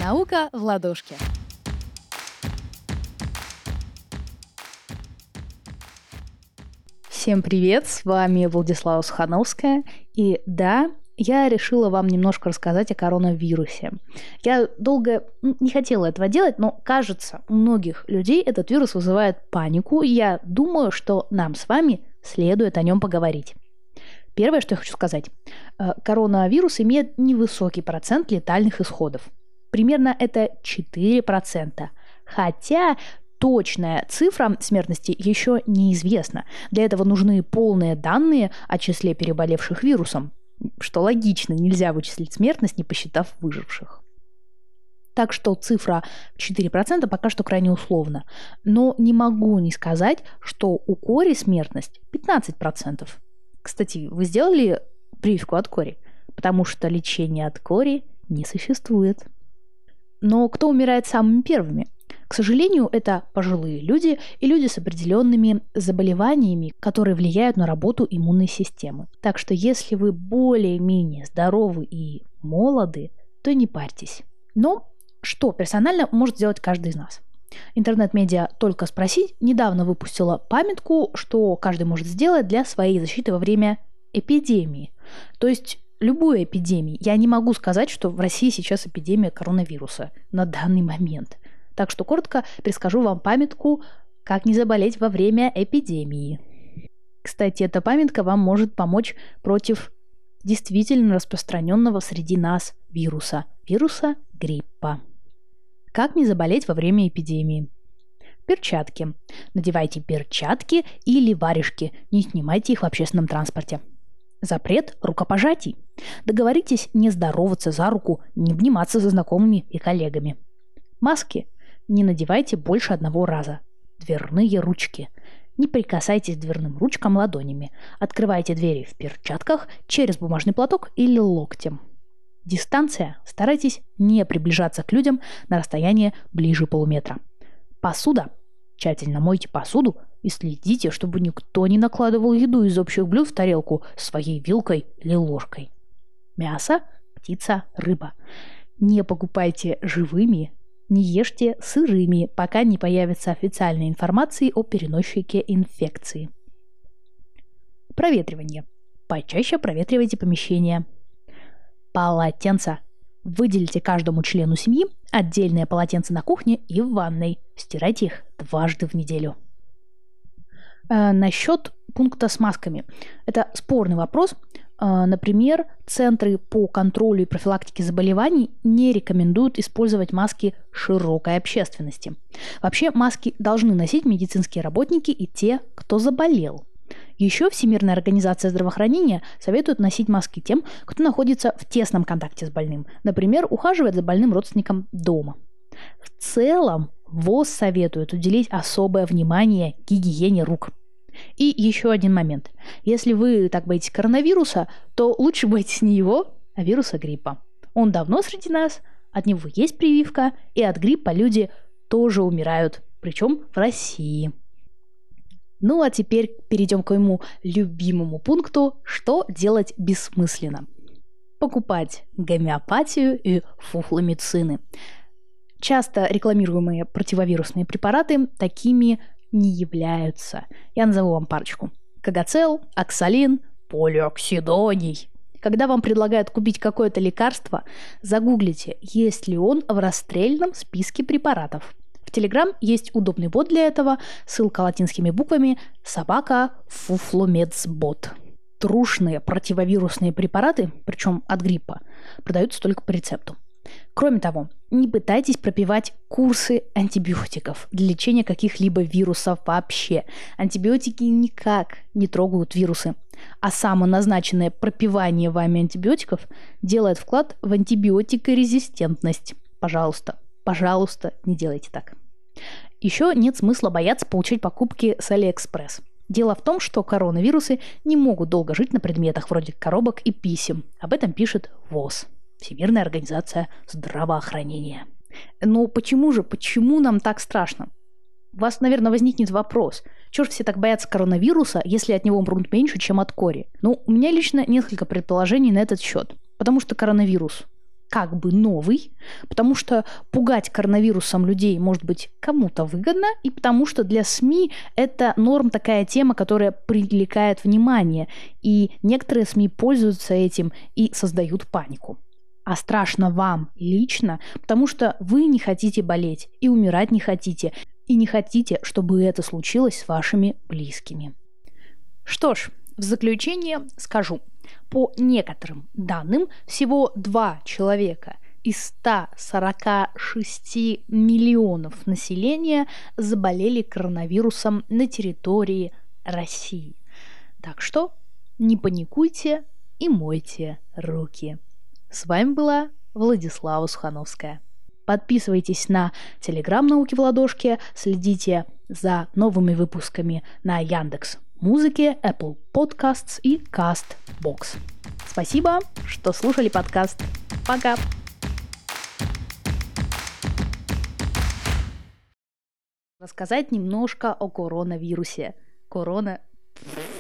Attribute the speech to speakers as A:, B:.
A: Наука в ладошке. Всем привет, с вами Владислава Сухановская. И да, я решила вам немножко рассказать о коронавирусе. Я долго не хотела этого делать, но кажется, у многих людей этот вирус вызывает панику, и я думаю, что нам с вами следует о нем поговорить. Первое, что я хочу сказать. Коронавирус имеет невысокий процент летальных исходов. Примерно это 4%. Хотя точная цифра смертности еще неизвестна. Для этого нужны полные данные о числе переболевших вирусом. Что логично, нельзя вычислить смертность, не посчитав выживших. Так что цифра 4% пока что крайне условна. Но не могу не сказать, что у кори смертность 15%. Кстати, вы сделали прививку от кори? Потому что лечения от кори не существует. Но кто умирает самыми первыми? К сожалению, это пожилые люди и люди с определенными заболеваниями, которые влияют на работу иммунной системы. Так что если вы более-менее здоровы и молоды, то не парьтесь. Но что персонально может сделать каждый из нас? Интернет-медиа «Только спросить» недавно выпустила памятку, что каждый может сделать для своей защиты во время эпидемии. То есть любой эпидемии. Я не могу сказать, что в России сейчас эпидемия коронавируса на данный момент. Так что коротко перескажу вам памятку «Как не заболеть во время эпидемии». Кстати, эта памятка вам может помочь против действительно распространенного среди нас вируса гриппа. Как не заболеть во время эпидемии? Перчатки. Надевайте перчатки или варежки. Не снимайте их в общественном транспорте. Запрет рукопожатий. Договоритесь не здороваться за руку, не обниматься со знакомыми и коллегами. Маски. Не надевайте больше одного раза. Дверные ручки. Не прикасайтесь к дверным ручкам ладонями. Открывайте двери в перчатках через бумажный платок или локтем. Дистанция. Старайтесь не приближаться к людям на расстояние ближе полуметра. Посуда. Тщательно мойте посуду и следите, чтобы никто не накладывал еду из общих блюд в тарелку своей вилкой или ложкой. Мясо, птица, рыба. Не покупайте живыми, не ешьте сырыми, пока не появится официальной информации о переносчике инфекции. Проветривание. Почаще проветривайте помещение. Полотенца. Выделите каждому члену семьи отдельное полотенце на кухне и в ванной. Стирайте их дважды в неделю. Насчет пункта с масками. Это спорный вопрос. Например, центры по контролю и профилактике заболеваний не рекомендуют использовать маски широкой общественности. Вообще маски должны носить медицинские работники и те, кто заболел. Еще Всемирная организация здравоохранения советует носить маски тем, кто находится в тесном контакте с больным. Например, ухаживает за больным родственником дома. В целом, ВОЗ советует уделить особое внимание гигиене рук. И еще один момент. Если вы так боитесь коронавируса, то лучше бойтесь не его, а вируса гриппа. Он давно среди нас, от него есть прививка, и от гриппа люди тоже умирают, причем в России. Ну а теперь перейдем к моему любимому пункту, что делать бессмысленно. Покупать гомеопатию и фуфломицины. Часто рекламируемые противовирусные препараты такими не являются. Я назову вам парочку. Кагацел, оксалин, полиоксидоний. Когда вам предлагают купить какое-то лекарство, загуглите, есть ли он в расстрельном списке препаратов. В Telegram есть удобный бот для этого, ссылка латинскими буквами @fuflomedzbot. Трушные противовирусные препараты, причем от гриппа, продаются только по рецепту. Кроме того, не пытайтесь пропивать курсы антибиотиков для лечения каких-либо вирусов вообще. Антибиотики никак не трогают вирусы. А самоназначенное пропивание вами антибиотиков делает вклад в антибиотикорезистентность. Пожалуйста, не делайте так. Еще нет смысла бояться получить покупки с AliExpress. Дело в том, что коронавирусы не могут долго жить на предметах вроде коробок и писем. Об этом пишет ВОЗ. Всемирная организация здравоохранения. Но почему нам так страшно? У вас, наверное, возникнет вопрос. Чего же все так боятся коронавируса, если от него умрут меньше, чем от кори? У меня лично несколько предположений на этот счет. Потому что коронавирус как бы новый, потому что пугать коронавирусом людей, может быть, кому-то выгодно, и потому что для СМИ это норм такая тема, которая привлекает внимание, и некоторые СМИ пользуются этим и создают панику. А страшно вам лично, потому что вы не хотите болеть, и умирать не хотите, и не хотите, чтобы это случилось с вашими близкими. Что ж, в заключение скажу. По некоторым данным, всего 2 человека из 146 миллионов населения заболели коронавирусом на территории России. Так что не паникуйте и мойте руки. С вами была Владислава Сухановская. Подписывайтесь на Телеграм «Науки в ладошке», следите за новыми выпусками на Яндекс.Музыке, Apple Podcasts и CastBox. Спасибо, что слушали подкаст. Пока! Рассказать немножко о коронавирусе.